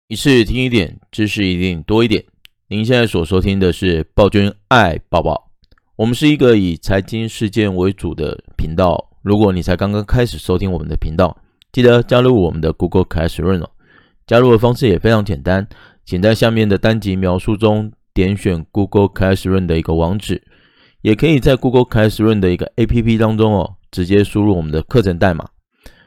一次听一点，知识一定多一点。您现在所收听的是暴君爱抱抱，我们是一个以财经事件为主的频道。如果你才刚刚开始收听我们的频道，记得加入我们的 Google Classroom 哦。加入的方式也非常简单，请在下面的单集描述中点选 Google Classroom 的一个网址，也可以在 Google Classroom 的一个 APP 当中直接输入我们的课程代码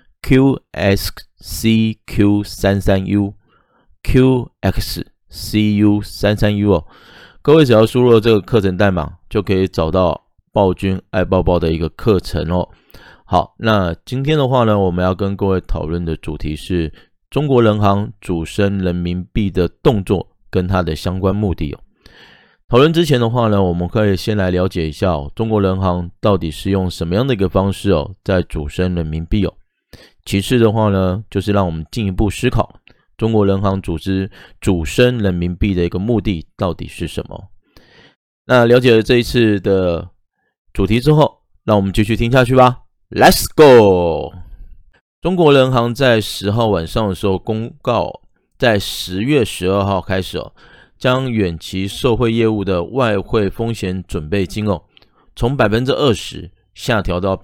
QXCQ33U。QXCU33U 各位只要输入了这个课程代码，就可以找到暴君爱抱抱的一个课程哦。好，那今天的话呢，我们要跟各位讨论的主题是中国人行主升人民币的动作跟它的相关目的哦。讨论之前的话呢，我们可以先来了解一下中国人行到底是用什么样的一个方式在主升人民币哦。其次的话呢，就是让我们进一步思考中国人行主升人民币的一个目的到底是什么。那了解了这一次的主题之后，让我们继续听下去吧。Let's go！ 中国人行在10号晚上的时候公告，在10月12号开始将远期受惠业务的外汇风险准备金从 20% 下调到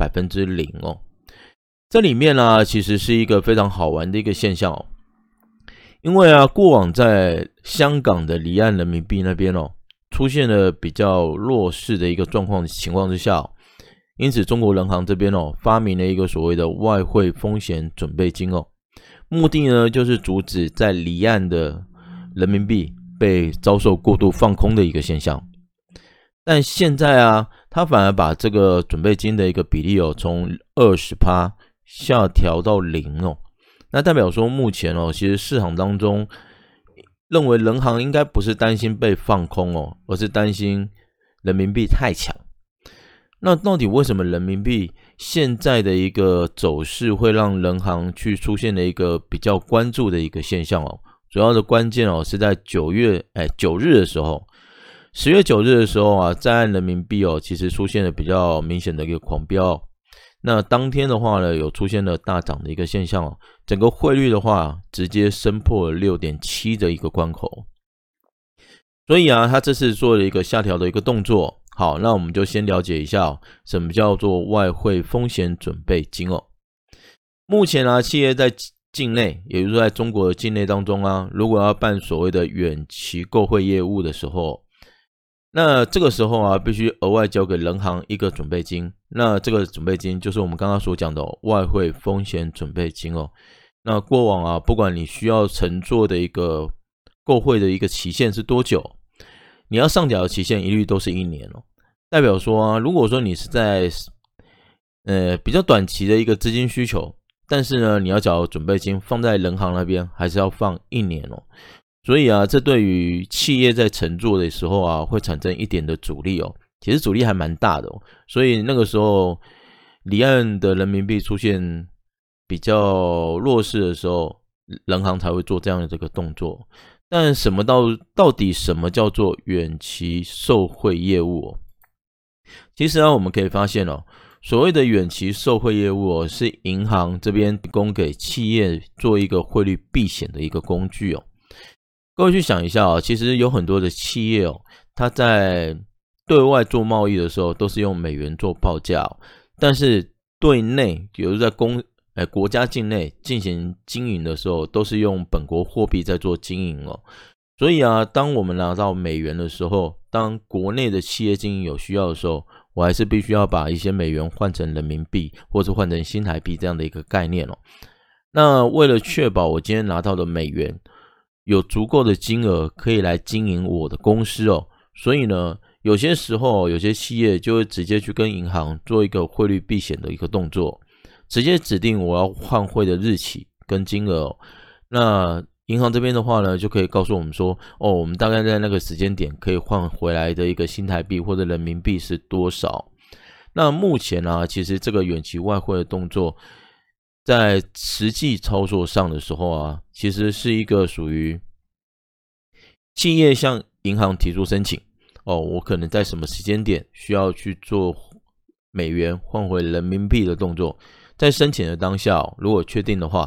0% 这里面其实是一个非常好玩的一个现象因为过往在香港的离岸人民币那边出现了比较弱势的一个情况之下因此中国人行这边发明了一个所谓的外汇风险准备金目的呢就是阻止在离岸的人民币被遭受过度放空的一个现象。但现在它反而把这个准备金的一个比例从 20% 下调到0那代表说目前其实市场当中认为人行应该不是担心被放空而是担心人民币太强。那到底为什么人民币现在的一个走势会让人行去出现了一个比较关注的一个现象主要的关键是在9日的时候，10月9日的时候在岸人民币其实出现了比较明显的一个狂飙那当天的话呢，有出现了大涨的一个现象整个汇率的话直接升破了 6.7 的一个关口。所以它这次做了一个下调的一个动作。好，那我们就先了解一下什么叫做外汇风险准备金目前企业在境内，也就是在中国的境内当中如果要办所谓的远期购汇业务的时候，那这个时候必须额外交给人行一个准备金。那这个准备金就是我们刚刚所讲的外汇风险准备金那过往不管你需要承做的一个购汇的一个期限是多久，你要上缴的期限一律都是1年代表说如果说你是在比较短期的一个资金需求，但是呢你要缴准备金放在人行那边还是要放1年所以这对于企业在承做的时候会产生一点的阻力其实阻力还蛮大的所以那个时候离岸的人民币出现比较弱势的时候，人行才会做这样的这个动作。但到底什么叫做远期受汇业务其实我们可以发现所谓的远期受汇业务是银行这边提供给企业做一个汇率避险的一个工具各位去想一下其实有很多的企业它在对外做贸易的时候都是用美元做报价但是对内比如在国家境内进行经营的时候都是用本国货币在做经营所以当我们拿到美元的时候，当国内的企业经营有需要的时候，我还是必须要把一些美元换成人民币或者换成新台币这样的一个概念那为了确保我今天拿到的美元有足够的金额可以来经营我的公司所以呢有些时候有些企业就会直接去跟银行做一个汇率避险的一个动作，直接指定我要换汇的日期跟金额那银行这边的话呢就可以告诉我们说我们大概在那个时间点可以换回来的一个新台币或者人民币是多少。那目前其实这个远期外汇的动作在实际操作上的时候其实是一个属于企业向银行提出申请我可能在什么时间点需要去做美元换回人民币的动作，在申请的当下如果确定的话，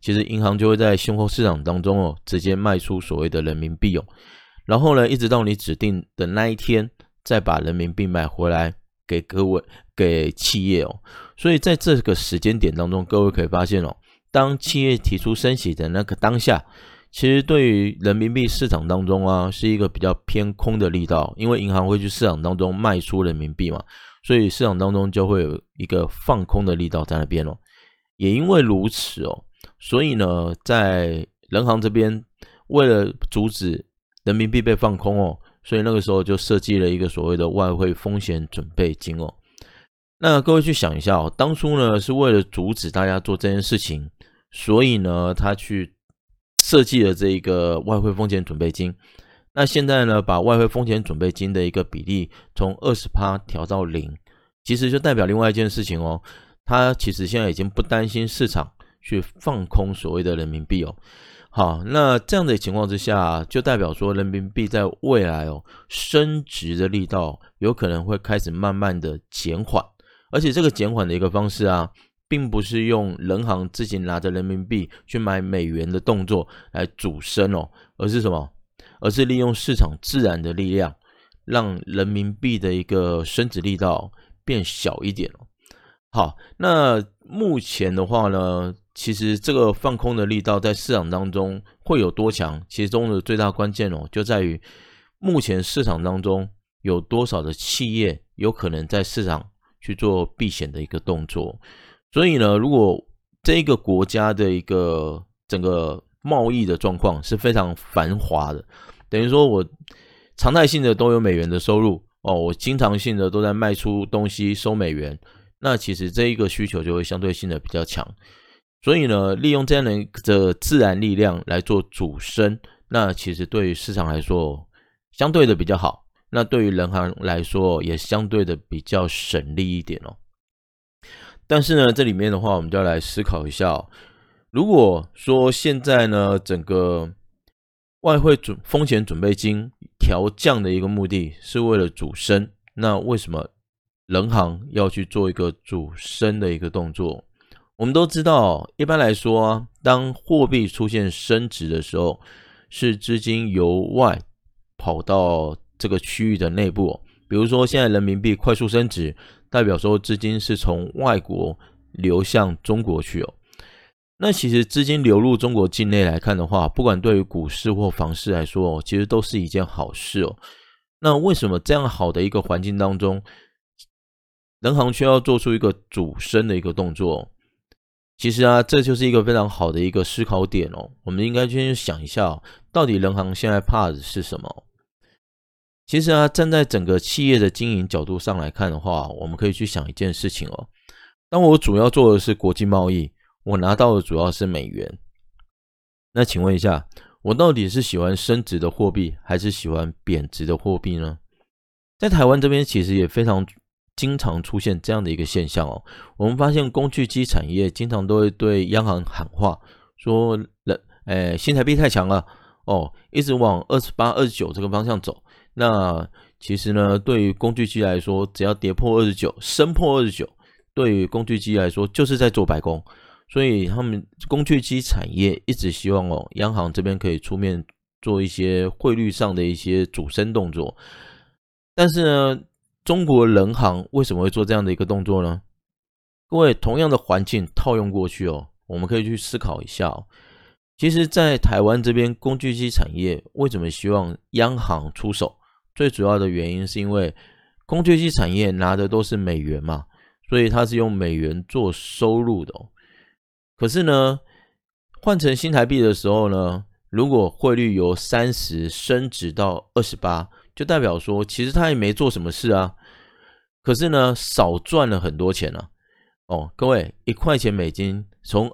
其实银行就会在现货市场当中直接卖出所谓的人民币然后呢，一直到你指定的那一天，再把人民币买回来给企业所以在这个时间点当中，各位可以发现当企业提出升息的那个当下，其实对于人民币市场当中是一个比较偏空的力道，因为银行会去市场当中卖出人民币嘛，所以市场当中就会有一个放空的力道在那边也因为如此所以呢，在人行这边为了阻止人民币被放空所以那个时候就设计了一个所谓的外汇风险准备金那各位去想一下当初呢是为了阻止大家做这件事情，所以呢他去设计了这一个外汇风险准备金。那现在呢把外汇风险准备金的一个比例从 20% 调到0，其实就代表另外一件事情他其实现在已经不担心市场去放空所谓的人民币好，那这样的情况之下，就代表说人民币在未来升值的力道有可能会开始慢慢的减缓，而且这个减缓的一个方式并不是用人行自己拿着人民币去买美元的动作来主升而是什么？而是利用市场自然的力量，让人民币的一个升值力道变小一点好，那目前的话呢，其实这个放空的力道在市场当中会有多强，其中的最大关键就在于目前市场当中有多少的企业有可能在市场去做避险的一个动作。所以呢，如果这个国家的一个整个贸易的状况是非常繁华的，等于说我常态性的都有美元的收入我经常性的都在卖出东西收美元，那其实这一个需求就会相对性的比较强。所以呢，利用这样的自然力量来做主升，那其实对于市场来说相对的比较好，那对于人行来说也相对的比较省力一点但是呢，这里面的话我们就要来思考一下如果说现在呢整个外汇风险准备金调降的一个目的是为了主升，那为什么人行要去做一个主升的一个动作？我们都知道一般来说当货币出现升值的时候，是资金由外跑到这个区域的内部比如说现在人民币快速升值，代表说资金是从外国流向中国去那其实资金流入中国境内来看的话，不管对于股市或房市来说其实都是一件好事那为什么这样好的一个环境当中，人行却要做出一个主升的一个动作其实这就是一个非常好的一个思考点我们应该先想一下到底人行现在怕的是什么？其实站在整个企业的经营角度上来看的话，我们可以去想一件事情当我主要做的是国际贸易，我拿到的主要是美元，那请问一下，我到底是喜欢升值的货币还是喜欢贬值的货币呢？在台湾这边其实也非常经常出现这样的一个现象我们发现工具机产业经常都会对央行喊话，说新台币太强了一直往28、29这个方向走。那其实呢，对于工具机来说，只要跌破29，升破29，对于工具机来说就是在做白工。所以他们工具机产业一直希望央行这边可以出面做一些汇率上的一些主升动作。但是呢，中国人行为什么会做这样的一个动作呢？各位，同样的环境套用过去我们可以去思考一下其实在台湾这边工具机产业为什么希望央行出手？最主要的原因是因为工具机产业拿的都是美元嘛，所以它是用美元做收入的可是呢，换成新台币的时候呢，如果汇率由30升值到28，就代表说其实他也没做什么事可是呢少赚了很多钱各位，1块钱美金从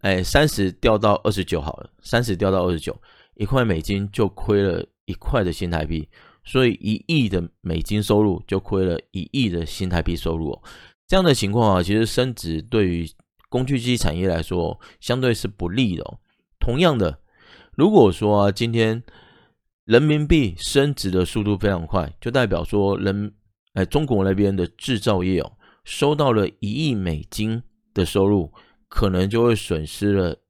30掉到29好了，30掉到29，1块美金就亏了1块的新台币，所以1亿的美金收入就亏了1亿的新台币收入这样的情况其实升值对于工具机产业来说相对是不利的同样的，如果说今天人民币升值的速度非常快，就代表说中国那边的制造业收到了1亿美金的收入，可能就会损失了1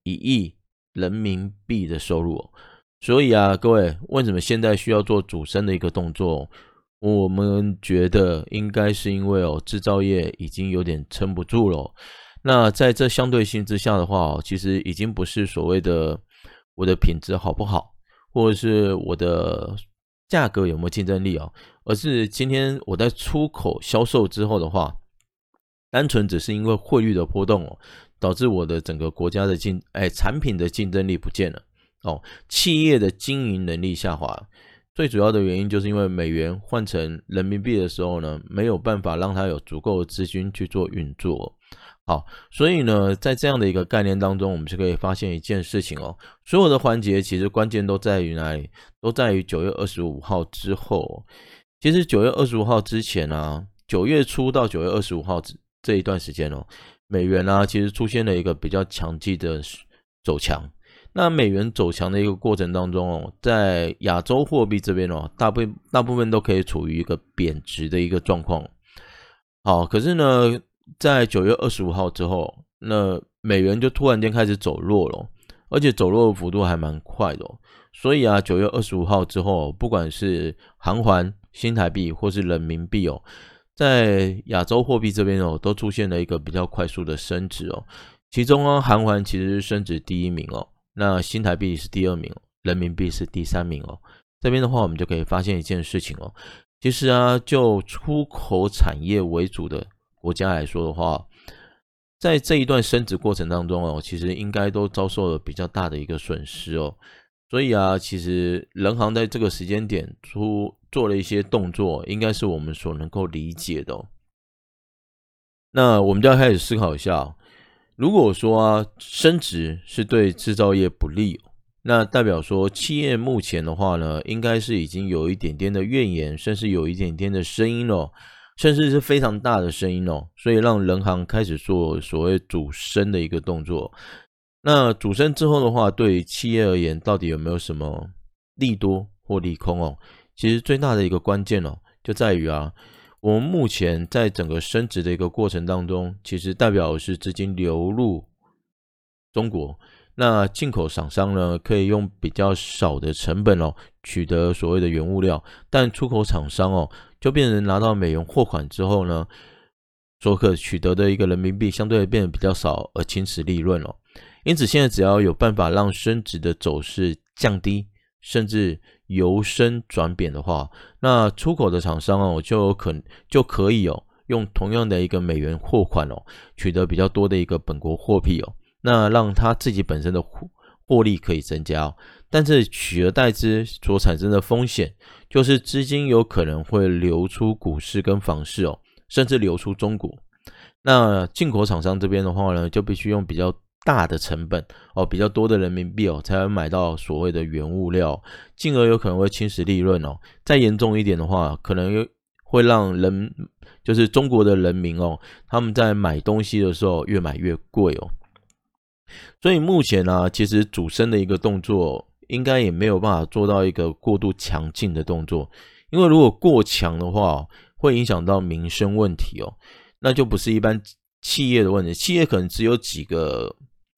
亿人民币的收入哦。所以啊，各位，为什么现在需要做主升的一个动作？我们觉得应该是因为制造业已经有点撑不住了。那在这相对性之下的话，其实已经不是所谓的我的品质好不好，或者是我的价格有没有竞争力而是今天我在出口销售之后的话，单纯只是因为汇率的波动导致我的整个国家的产品的竞争力不见了企业的经营能力下滑。最主要的原因就是因为美元换成人民币的时候呢，没有办法让它有足够的资金去做运作。好，所以呢，在这样的一个概念当中，我们就可以发现一件事情所有的环节其实关键都在于哪里？都在于9月25号之后。其实9月25号之前啊，9月初到9月25号这一段时间美元啊其实出现了一个比较强劲的走强。那美元走强的一个过程当中在亚洲货币这边大部分都可以处于一个贬值的一个状况。好，可是呢，在9月25号之后，那美元就突然间开始走弱了，而且走弱的幅度还蛮快的所以啊，9月25号之后，不管是韩元、新台币或是人民币在亚洲货币这边都出现了一个比较快速的升值其中韩元其实是升值第一名那新台币是第二名人民币是第三名这边的话我们就可以发现一件事情其实啊，就出口产业为主的国家来说的话，在这一段升值过程当中其实应该都遭受了比较大的一个损失所以啊，其实人行在这个时间点做了一些动作，应该是我们所能够理解的那我们就要开始思考一下如果说啊，升值是对制造业不利那代表说企业目前的话呢，应该是已经有一点点的怨言，甚至有一点点的声音甚至是非常大的声音所以让人行开始做所谓主升的一个动作。那主升之后的话，对于企业而言，到底有没有什么利多或利空其实最大的一个关键就在于啊，我们目前在整个升值的一个过程当中，其实代表的是资金流入中国。那进口厂商呢，可以用比较少的成本取得所谓的原物料，但出口厂商就变成拿到美元货款之后呢，所可取得的一个人民币相对变得比较少，而侵蚀利润因此现在只要有办法让升值的走势降低，甚至由升转贬的话，那出口的厂商就可以用同样的一个美元货款取得比较多的一个本国货币那让他自己本身的获利可以增加但是取而代之所产生的风险，就是资金有可能会流出股市跟房市甚至流出中国。那进口厂商这边的话呢，就必须用比较大的成本比较多的人民币才会买到所谓的原物料，进而有可能会侵蚀利润再严重一点的话，可能会让就是中国的人民他们在买东西的时候越买越贵所以目前啊，其实主升的一个动作应该也没有办法做到一个过度强劲的动作，因为如果过强的话会影响到民生问题那就不是一般企业的问题，企业可能只有几个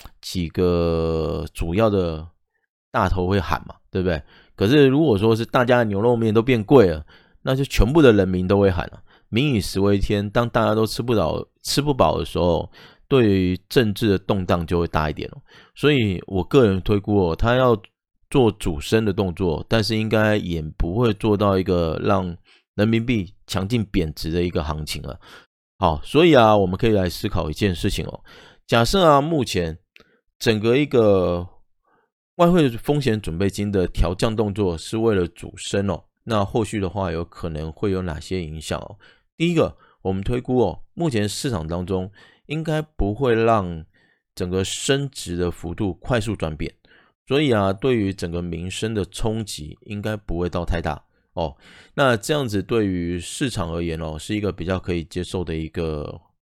主要的大头会喊嘛，对不对？可是如果说是大家的牛肉面都变贵了，那就全部的人民都会喊了。民以食为天，当大家都吃不饱的时候，对于政治的动荡就会大一点所以我个人推估他要做主升的动作，但是应该也不会做到一个让人民币强劲贬值的一个行情了。好，所以啊，我们可以来思考一件事情假设啊，目前整个一个外汇风险准备金的调降动作是为了主升那后续的话有可能会有哪些影响第一个，我们推估目前市场当中应该不会让整个升值的幅度快速转变，所以啊，对于整个民生的冲击应该不会到太大那这样子对于市场而言是一个比较可以接受的一个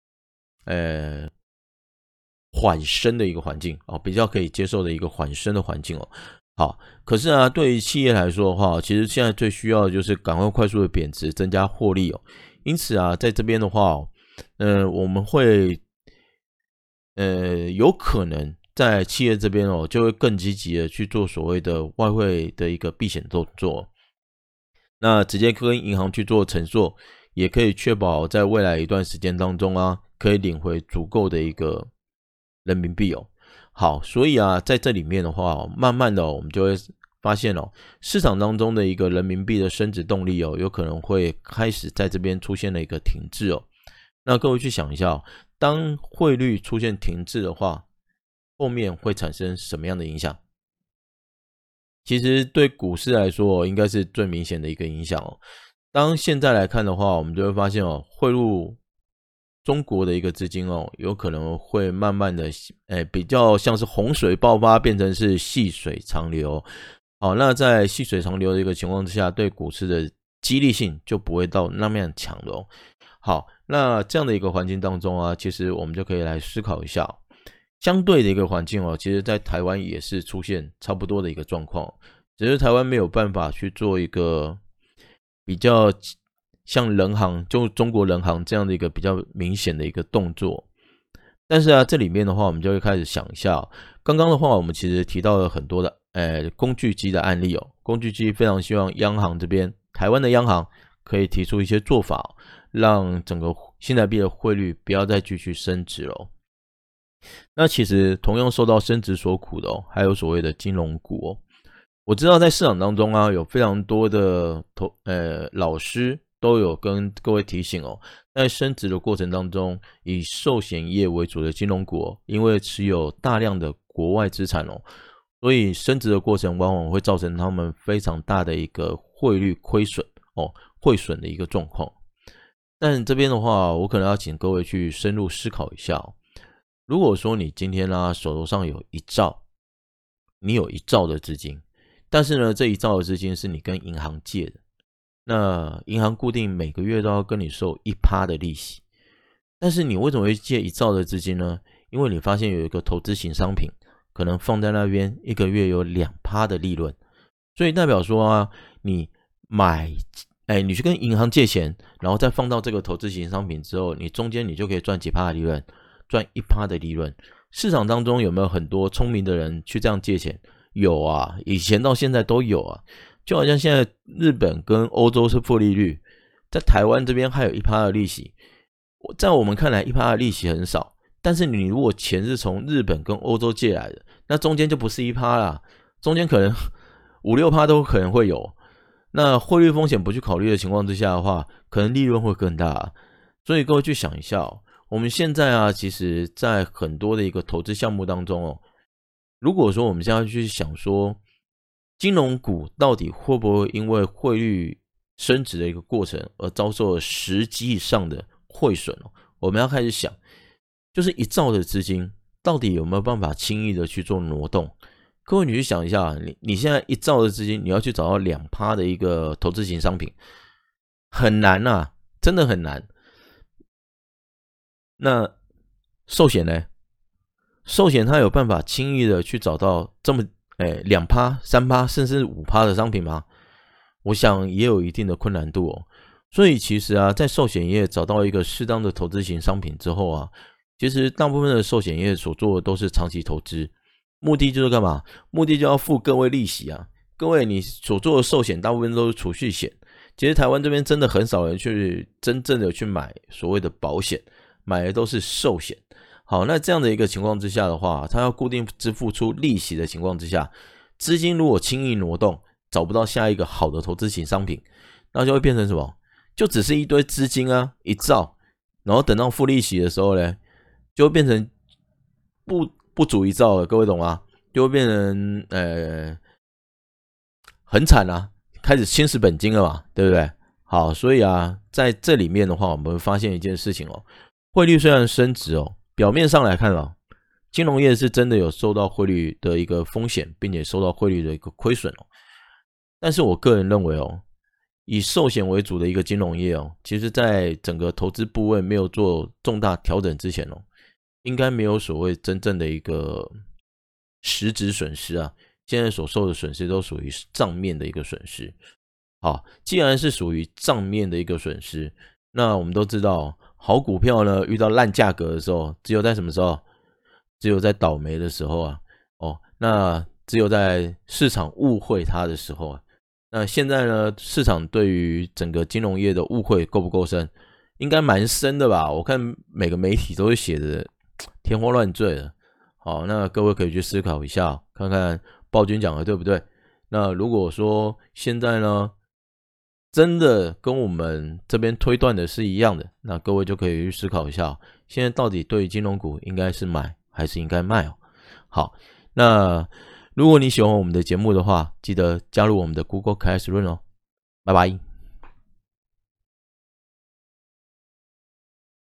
缓升的一个环境比较可以接受的一个缓升的环境好，可是啊，对于企业来说的话，其实现在最需要的就是赶快快速的贬值，增加获利因此啊，在这边的话我们会有可能在企业这边就会更积极的去做所谓的外汇的一个避险动作。那直接跟银行去做承做，也可以确保在未来一段时间当中可以领回足够的一个人民币好，所以在这里面的话慢慢的我们就会发现市场当中的一个人民币的升值动力有可能会开始在这边出现了一个停滞那各位去想一下当汇率出现停滞的话，后面会产生什么样的影响？其实对股市来说应该是最明显的一个影响当现在来看的话，我们就会发现汇入中国的一个资金有可能会慢慢的比较像是洪水爆发变成是细水长流。好，那在细水长流的一个情况之下，对股市的激励性就不会到那么样强了好，那这样的一个环境当中其实我们就可以来思考一下相对的一个环境其实在台湾也是出现差不多的一个状况，只是台湾没有办法去做一个比较像人行就中国人行这样的一个比较明显的一个动作。但是这里面的话我们就会开始想一下刚刚的话我们其实提到了很多的工具机的案例工具机非常希望央行这边台湾的央行可以提出一些做法让整个新台币的汇率不要再继续升值了那其实同样受到升值所苦的还有所谓的金融股我知道在市场当中有非常多的老师都有跟各位提醒在升值的过程当中，以寿险业为主的金融股因为持有大量的国外资产所以升值的过程往往会造成他们非常大的一个汇率亏损汇损的一个状况。但这边的话，我可能要请各位去深入思考一下如果说你今天手头上有1兆，你有1兆的资金，但是呢这1兆的资金是你跟银行借的，那银行固定每个月都要跟你收 1% 的利息，但是你为什么会借1兆的资金呢？因为你发现有一个投资型商品可能放在那边一个月有 2% 的利润，所以代表说你你去跟银行借钱，然后再放到这个投资型商品之后，你中间你就可以赚几%的利润，赚 1% 的利润。市场当中有没有很多聪明的人去这样借钱？有以前到现在都有就好像现在日本跟欧洲是负利率，在台湾这边还有 1% 的利息，在我们看来 1% 的利息很少，但是你如果钱是从日本跟欧洲借来的，那中间就不是 1% 啦，中间可能 5-6% 都可能会有，那汇率风险不去考虑的情况之下的话，可能利润会更大所以各位去想一下我们现在其实在很多的一个投资项目当中如果说我们现在去想说金融股到底会不会因为汇率升值的一个过程而遭受了实际上的汇损我们要开始想就是1兆的资金到底有没有办法轻易的去做挪动。各位你去想一下你现在1兆的资金你要去找到 2% 的一个投资型商品很难真的很难。那寿险呢？寿险它有办法轻易的去找到这么2%、3%甚至 5% 的商品吗？我想也有一定的困难度所以其实在寿险业找到一个适当的投资型商品之后其实大部分的寿险业所做的都是长期投资，目的就是干嘛？目的就要付各位利息各位你所做的寿险大部分都是储蓄险，其实台湾这边真的很少人去真正的去买所谓的保险，买的都是寿险。好，那这样的一个情况之下的话，它要固定支付出利息的情况之下，资金如果轻易挪动，找不到下一个好的投资型商品，那就会变成什么？就只是一堆资金1兆，然后等到付利息的时候呢，就会变成不足1兆了，各位懂吗？就会变成很惨开始侵蚀本金了嘛，对不对？好，所以在这里面的话，我们会发现一件事情汇率虽然升值表面上来看金融业是真的有受到汇率的一个风险，并且受到汇率的一个亏损但是我个人认为以寿险为主的一个金融业其实在整个投资部位没有做重大调整之前应该没有所谓真正的一个实质损失现在所受的损失都属于账面的一个损失。好，既然是属于账面的一个损失，那我们都知道好股票呢遇到烂价格的时候，只有在什么时候？ 只有在倒霉的时候啊，那只有在市场误会它的时候啊，那现在呢，市场对于整个金融业的误会够不够深？应该蛮深的吧？我看每个媒体都会写的天花乱坠的。好，那各位可以去思考一下，看看暴君讲的对不对？那如果说现在呢，真的跟我们这边推断的是一样的，那各位就可以去思考一下，现在到底对于金融股应该是买还是应该卖哦？好，那如果你喜欢我们的节目的话，记得加入我们的 Google Classroom 哦，拜拜。